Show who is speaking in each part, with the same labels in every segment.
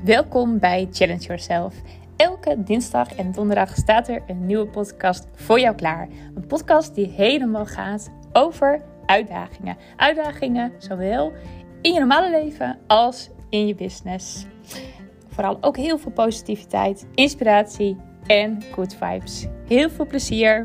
Speaker 1: Welkom bij Challenge Yourself. Elke dinsdag en donderdag staat er een nieuwe podcast voor jou klaar. Een podcast die helemaal gaat over uitdagingen. Uitdagingen zowel in je normale leven als in je business. Vooral ook heel veel positiviteit, inspiratie en good vibes. Heel veel plezier.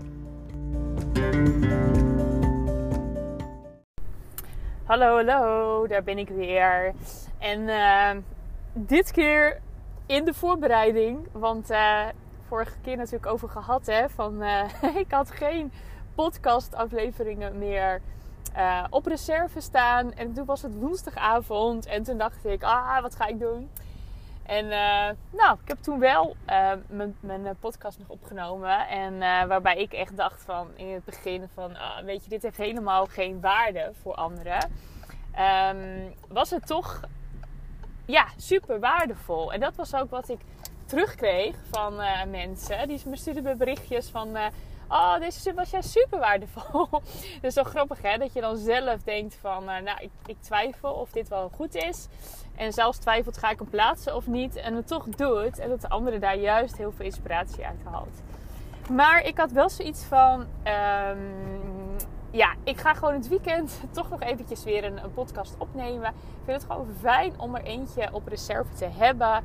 Speaker 1: Hallo, daar ben ik weer. En dit keer in de voorbereiding, want vorige keer natuurlijk over gehad, ik had geen podcastafleveringen meer op reserve staan. En toen was het woensdagavond en toen dacht ik, wat ga ik doen? En ik heb toen wel mijn podcast nog opgenomen. En waarbij ik echt dacht van in het begin van, weet je, dit heeft helemaal geen waarde voor anderen. Was het toch super waardevol. En dat was ook wat ik terugkreeg van mensen. Die me stuurden me berichtjes van, deze was jij super waardevol. Dat is zo grappig, hè? Dat je dan zelf denkt van, ik twijfel of dit wel goed is. En zelfs twijfelt, ga ik hem plaatsen of niet. En het toch doet. En dat de andere daar juist heel veel inspiratie uit haalt. Maar ik had wel zoiets van, ik ga gewoon het weekend toch nog eventjes weer een podcast opnemen. Ik vind het gewoon fijn om er eentje op reserve te hebben.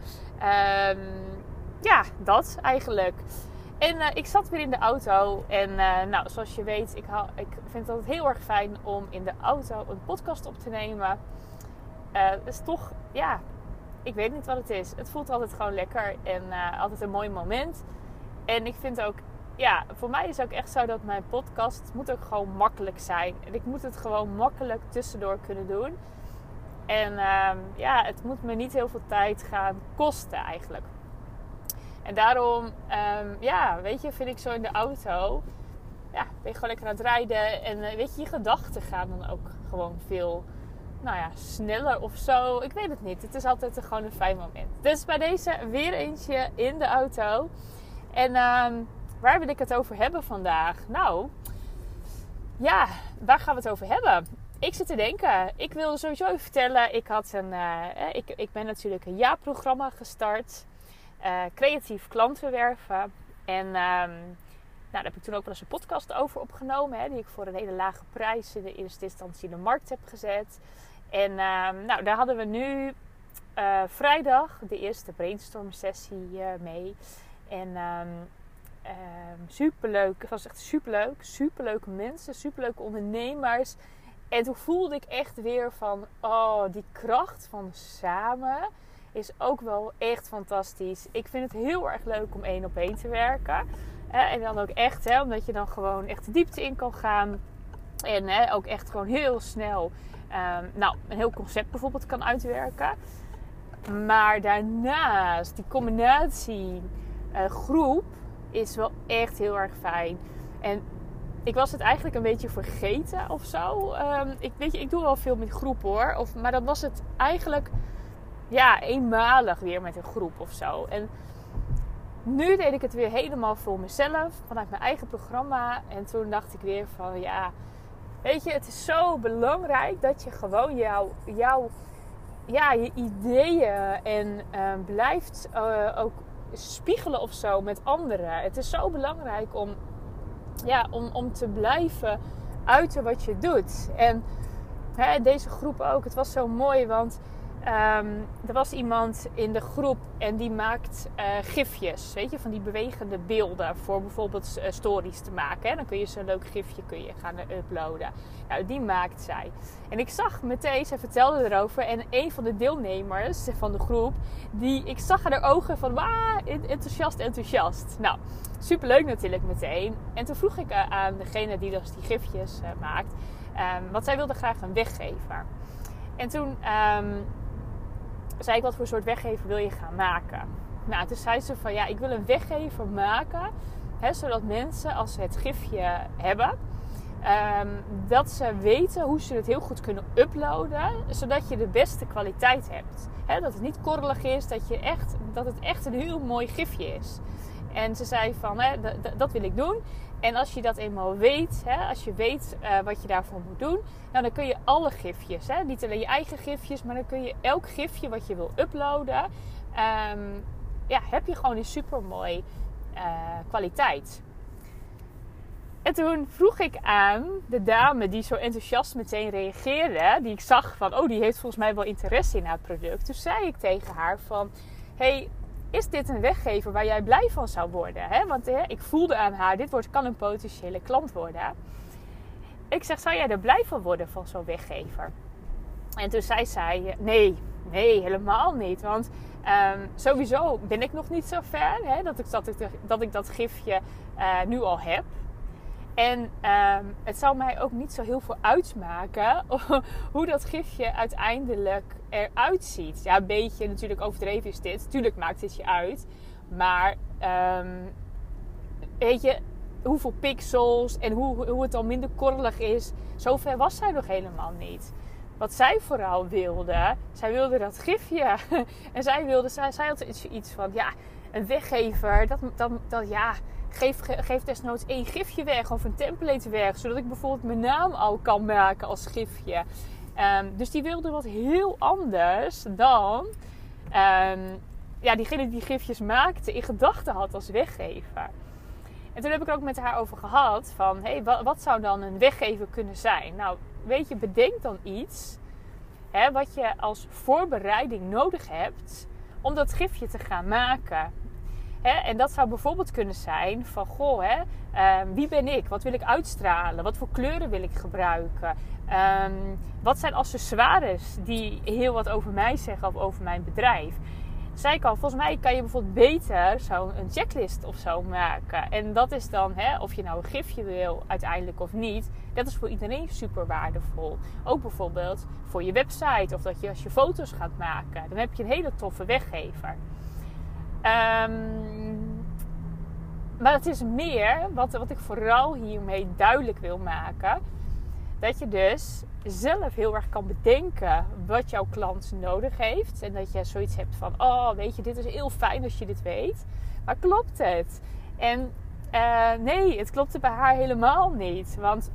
Speaker 1: Dat eigenlijk. En ik zat weer in de auto. En zoals je weet, ik vind het altijd heel erg fijn om in de auto een podcast op te nemen. Het is toch, ik weet niet wat het is. Het voelt altijd gewoon lekker en altijd een mooi moment. En ik vind ook, voor mij is het ook echt zo dat mijn podcast moet ook gewoon makkelijk zijn. En ik moet het gewoon makkelijk tussendoor kunnen doen. En het moet me niet heel veel tijd gaan kosten eigenlijk. En daarom, vind ik zo in de auto, ben je gewoon lekker aan het rijden. En je gedachten gaan dan ook gewoon veel sneller of zo. Ik weet het niet. Het is altijd gewoon een fijn moment. Dus bij deze weer eentje in de auto. En waar wil ik het over hebben vandaag? Nou, waar gaan we het over hebben? Ik zit te denken. Ik wil sowieso even vertellen. Ik ben natuurlijk een jaarprogramma gestart. Creatief klantenwerven. En daar heb ik toen ook wel eens een podcast over opgenomen. Die ik voor een hele lage prijs in de eerste instantie in de markt heb gezet. En daar hadden we nu vrijdag de eerste brainstorm sessie mee. En superleuk. Het was echt superleuk. Superleuke mensen. Superleuke ondernemers. En toen voelde ik echt weer van, die kracht van samen is ook wel echt fantastisch. Ik vind het heel erg leuk om 1-op-1 te werken. En dan ook echt, omdat je dan gewoon echt de diepte in kan gaan. En ook echt gewoon heel snel een heel concept bijvoorbeeld kan uitwerken. Maar daarnaast, die combinatie groep is wel echt heel erg fijn. En ik was het eigenlijk een beetje vergeten of zo. Ik doe wel veel met groep hoor. Maar dan was het eigenlijk eenmalig weer met een groep of zo. En nu deed ik het weer helemaal voor mezelf. Vanuit mijn eigen programma. En toen dacht ik weer van het is zo belangrijk dat je gewoon je ideeën en blijft ook spiegelen of zo met anderen. Het is zo belangrijk om te blijven uiten wat je doet. En deze groep ook. Het was zo mooi, want er was iemand in de groep en die maakt gifjes. Weet je, van die bewegende beelden voor bijvoorbeeld stories te maken. Hè? Dan kun je zo'n leuk gifje gaan uploaden. Nou, die maakt zij. En ik zag meteen, zij vertelde erover. En een van de deelnemers van de groep, ik zag aan haar ogen van, enthousiast. Nou, superleuk natuurlijk meteen. En toen vroeg ik aan degene die dus die gifjes maakt, want zij wilde graag een weggever. En toen zei ik, wat voor soort weggever wil je gaan maken? Nou, toen zei ze van, ik wil een weggever maken. Zodat mensen, als ze het gifje hebben, dat ze weten hoe ze het heel goed kunnen uploaden. Zodat je de beste kwaliteit hebt. Dat het niet korrelig is, dat het echt een heel mooi gifje is. En ze zei van, dat wil ik doen. En als je dat eenmaal weet, als je weet wat je daarvoor moet doen, nou, dan kun je alle gifjes, niet alleen je eigen gifjes, maar dan kun je elk gifje wat je wil uploaden, heb je gewoon in supermooi kwaliteit. En toen vroeg ik aan de dame die zo enthousiast meteen reageerde, die ik zag van, die heeft volgens mij wel interesse in haar product. Toen zei ik tegen haar van, hey, is dit een weggever waar jij blij van zou worden? Want ik voelde aan haar, dit kan een potentiële klant worden. Ik zeg, zou jij er blij van worden van zo'n weggever? En toen zei zij, nee, helemaal niet. Want sowieso ben ik nog niet zo ver dat ik dat gifje nu al heb. En het zou mij ook niet zo heel veel uitmaken hoe dat gifje uiteindelijk eruit ziet. Ja, een beetje natuurlijk overdreven is dit. Tuurlijk maakt dit je uit. Maar weet je, hoeveel pixels en hoe het dan minder korrelig is. Zover was zij nog helemaal niet. Wat zij vooral wilde, zij wilde dat gifje. En zij had iets van, ja, een weggever, geef desnoods 1 gifje weg of een template weg. Zodat ik bijvoorbeeld mijn naam al kan maken als gifje. Dus die wilde wat heel anders dan diegene die gifjes maakte in gedachten had als weggever. En toen heb ik er ook met haar over gehad van, hey, wat zou dan een weggever kunnen zijn? Nou, weet je, bedenk dan iets wat je als voorbereiding nodig hebt om dat gifje te gaan maken. En dat zou bijvoorbeeld kunnen zijn van, wie ben ik? Wat wil ik uitstralen? Wat voor kleuren wil ik gebruiken? Wat zijn accessoires die heel wat over mij zeggen of over mijn bedrijf? Volgens mij kan je bijvoorbeeld beter zo'n checklist of zo maken. En dat is dan, of je nou een gifje wil uiteindelijk of niet. Dat is voor iedereen super waardevol. Ook bijvoorbeeld voor je website of dat je als je foto's gaat maken. Dan heb je een hele toffe weggever. Maar het is meer, wat ik vooral hiermee duidelijk wil maken, dat je dus zelf heel erg kan bedenken wat jouw klant nodig heeft. En dat je zoiets hebt van, weet je, dit is heel fijn als je dit weet. Maar klopt het? En nee, het klopte bij haar helemaal niet. Want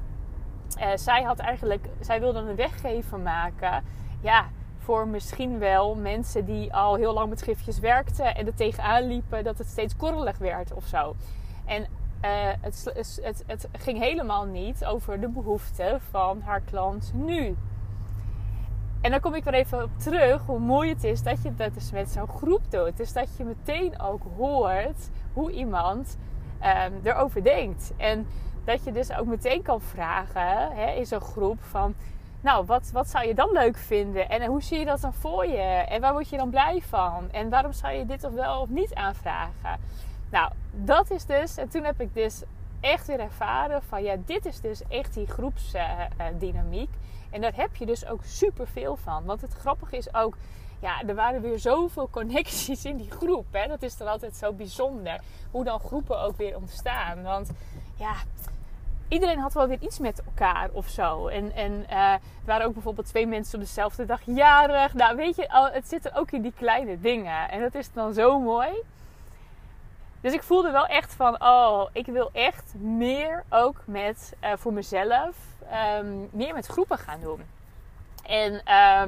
Speaker 1: zij wilde een weggever maken. Ja, voor misschien wel mensen die al heel lang met gifjes werkten en er tegenaan liepen dat het steeds korrelig werd of zo. En het ging helemaal niet over de behoeften van haar klant nu. En dan kom ik weer even op terug hoe mooi het is dat je dat dus met zo'n groep doet. Dus dat je meteen ook hoort hoe iemand erover denkt. En dat je dus ook meteen kan vragen in zo'n groep van, nou, wat zou je dan leuk vinden? En hoe zie je dat dan voor je? En waar word je dan blij van? En waarom zou je dit of wel of niet aanvragen? Nou, dat is dus... En toen heb ik dus echt weer ervaren van, ja, dit is dus echt die groepsdynamiek. En daar heb je dus ook superveel van. Want het grappige is ook, ja, er waren weer zoveel connecties in die groep. Hè? Dat is dan altijd zo bijzonder. Hoe dan groepen ook weer ontstaan. Want ja, iedereen had wel weer iets met elkaar of zo. En er waren ook bijvoorbeeld 2 mensen op dezelfde dag jarig. Nou, weet je, het zit er ook in die kleine dingen. En dat is dan zo mooi. Dus ik voelde wel echt van, ik wil echt meer ook met, voor mezelf, meer met groepen gaan doen. En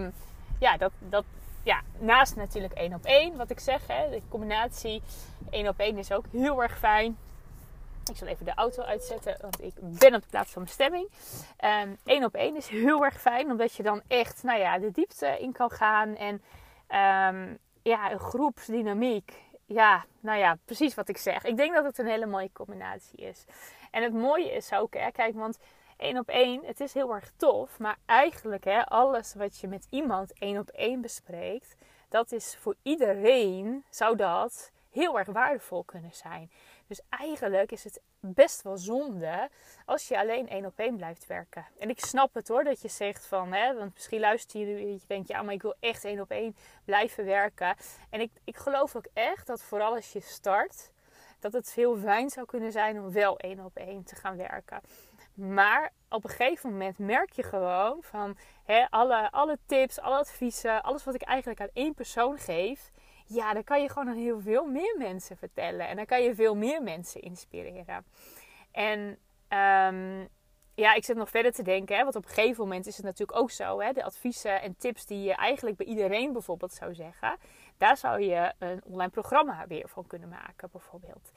Speaker 1: naast natuurlijk 1-op-1, wat ik zeg, de combinatie 1-op-1 is ook heel erg fijn. Ik zal even de auto uitzetten, want ik ben op de plaats van bestemming. 1-op-1 is heel erg fijn, omdat je dan echt de diepte in kan gaan. En een groepsdynamiek. Ja, precies wat ik zeg. Ik denk dat het een hele mooie combinatie is. En het mooie is ook, kijk, want 1-op-1, het is heel erg tof. Maar eigenlijk, alles wat je met iemand 1-op-1 bespreekt, dat is voor iedereen, zou dat heel erg waardevol kunnen zijn. Dus eigenlijk is het best wel zonde als je alleen 1-op-1 blijft werken. En ik snap het hoor, dat je zegt van, want misschien luister je nu en je denkt, ja, maar ik wil echt 1-op-1 blijven werken. En ik geloof ook echt dat vooral als je start, dat het heel fijn zou kunnen zijn om wel 1-op-1 te gaan werken. Maar op een gegeven moment merk je gewoon van alle tips, alle adviezen, alles wat ik eigenlijk aan 1 persoon geef, ja, dan kan je gewoon aan heel veel meer mensen vertellen. En dan kan je veel meer mensen inspireren. En ja, ik zit nog verder te denken. Hè, want op een gegeven moment is het natuurlijk ook zo. Hè, de adviezen en tips die je eigenlijk bij iedereen bijvoorbeeld zou zeggen. Daar zou je een online programma weer van kunnen maken bijvoorbeeld.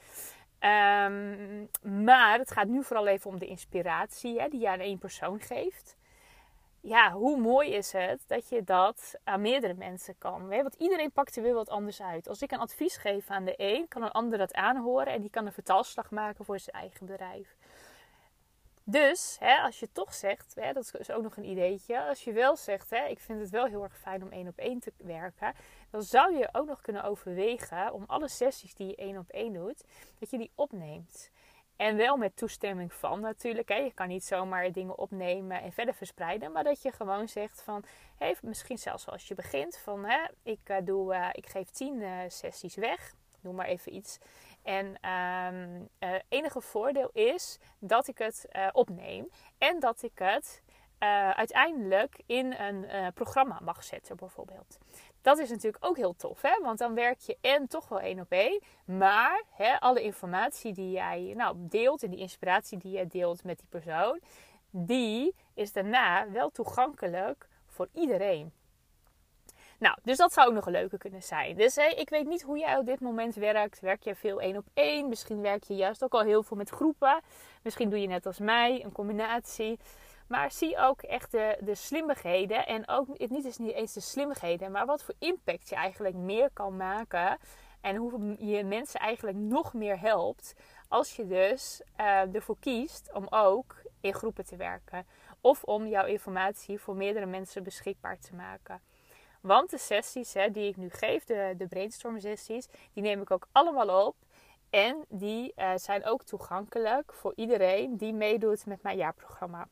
Speaker 1: Maar het gaat nu vooral even om de inspiratie, hè, die je aan één persoon geeft. Ja, hoe mooi is het dat je dat aan meerdere mensen kan. Hè? Want iedereen pakt er weer wat anders uit. Als ik een advies geef aan de een, kan een ander dat aanhoren. En die kan een vertaalslag maken voor zijn eigen bedrijf. Dus, hè, als je toch zegt, hè, dat is ook nog een ideetje. Als je wel zegt, hè, ik vind het wel heel erg fijn om 1-op-1 te werken. Dan zou je ook nog kunnen overwegen om alle sessies die je 1-op-1 doet, dat je die opneemt. En wel met toestemming van natuurlijk. Hè. Je kan niet zomaar dingen opnemen en verder verspreiden. Maar dat je gewoon zegt van, hey, misschien zelfs als je begint van, hè, ik geef 10 sessies weg. Noem maar even iets. En enige voordeel is dat ik het opneem. En dat ik het uiteindelijk in een programma mag zetten bijvoorbeeld. Dat is natuurlijk ook heel tof, hè? Want dan werk je en toch wel 1-op-1. Maar hè, alle informatie die jij deelt en die inspiratie die jij deelt met die persoon, die is daarna wel toegankelijk voor iedereen. Nou, dus dat zou ook nog een leuke kunnen zijn. Dus ik weet niet hoe jij op dit moment werkt. Werk je veel 1-op-1? Misschien werk je juist ook al heel veel met groepen. Misschien doe je net als mij een combinatie. Maar zie ook echt de slimmigheden. En ook niet eens de slimmigheden, maar wat voor impact je eigenlijk meer kan maken. En hoe je mensen eigenlijk nog meer helpt. Als je dus ervoor kiest om ook in groepen te werken. Of om jouw informatie voor meerdere mensen beschikbaar te maken. Want de sessies die ik nu geef, de brainstorm sessies, die neem ik ook allemaal op. En die zijn ook toegankelijk voor iedereen die meedoet met mijn jaarprogramma.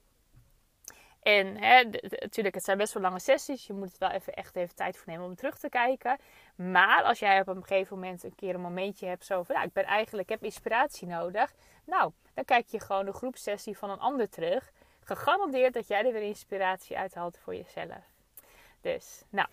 Speaker 1: En natuurlijk, het zijn best wel lange sessies. Je moet het wel echt even tijd voor nemen om terug te kijken. Maar als jij op een gegeven moment een keer een momentje hebt zo van, ik heb inspiratie nodig. Nou, dan kijk je gewoon de groepsessie van een ander terug. Gegarandeerd dat jij er weer inspiratie uithaalt voor jezelf. Dus, nou,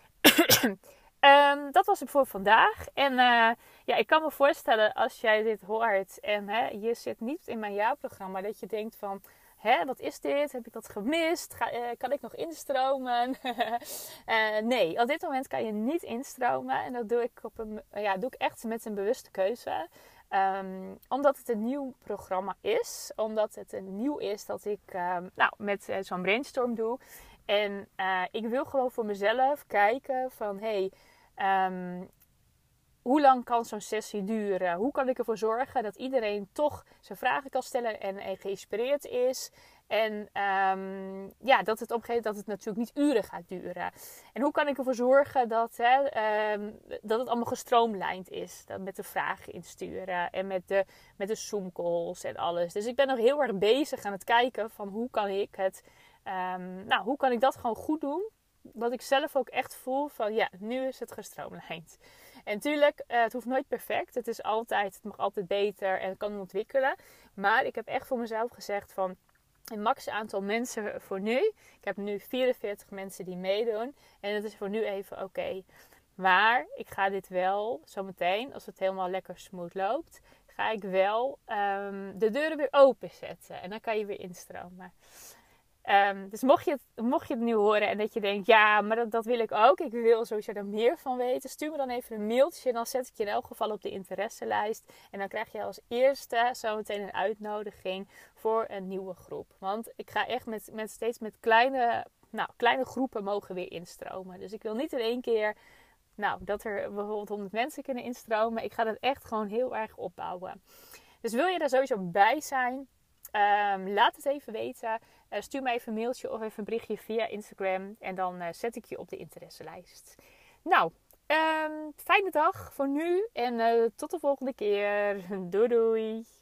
Speaker 1: dat was het voor vandaag. En ik kan me voorstellen als jij dit hoort en je zit niet in mijn jaarprogramma, dat je denkt van, wat is dit? Heb ik dat gemist? Kan ik nog instromen? Nee, op dit moment kan je niet instromen. En dat doe ik echt met een bewuste keuze. Omdat het een nieuw programma is. Omdat het een nieuw is dat ik met zo'n brainstorm doe. En ik wil gewoon voor mezelf kijken van, hoe lang kan zo'n sessie duren? Hoe kan ik ervoor zorgen dat iedereen toch zijn vragen kan stellen en geïnspireerd is? En dat het op een gegeven moment dat het natuurlijk niet uren gaat duren. En hoe kan ik ervoor zorgen dat het allemaal gestroomlijnd is? Dat met de vragen insturen en met de Zoom calls en alles. Dus ik ben nog heel erg bezig aan het kijken van hoe kan ik dat gewoon goed doen? Dat ik zelf ook echt voel van nu is het gestroomlijnd. En natuurlijk, het hoeft nooit perfect. Het mag altijd beter en kan ontwikkelen. Maar ik heb echt voor mezelf gezegd van een max aantal mensen voor nu. Ik heb nu 44 mensen die meedoen. En dat is voor nu even oké. Maar ik ga dit wel zometeen, als het helemaal lekker smooth loopt, ga ik wel de deuren weer openzetten. En dan kan je weer instromen. Dus mocht je het nu horen en dat je denkt, ja, maar dat wil ik ook. Ik wil sowieso er meer van weten. Stuur me dan even een mailtje. Dan zet ik je in elk geval op de interesselijst. En dan krijg je als eerste zometeen een uitnodiging voor een nieuwe groep. Want ik ga echt steeds met kleine groepen mogen weer instromen. Dus ik wil niet in één keer dat er bijvoorbeeld 100 mensen kunnen instromen. Ik ga dat echt gewoon heel erg opbouwen. Dus wil je daar sowieso bij zijn? Laat het even weten. Stuur me even een mailtje of even een berichtje via Instagram. En dan zet ik je op de interesselijst. Nou, fijne dag voor nu. En tot de volgende keer. Doei doei.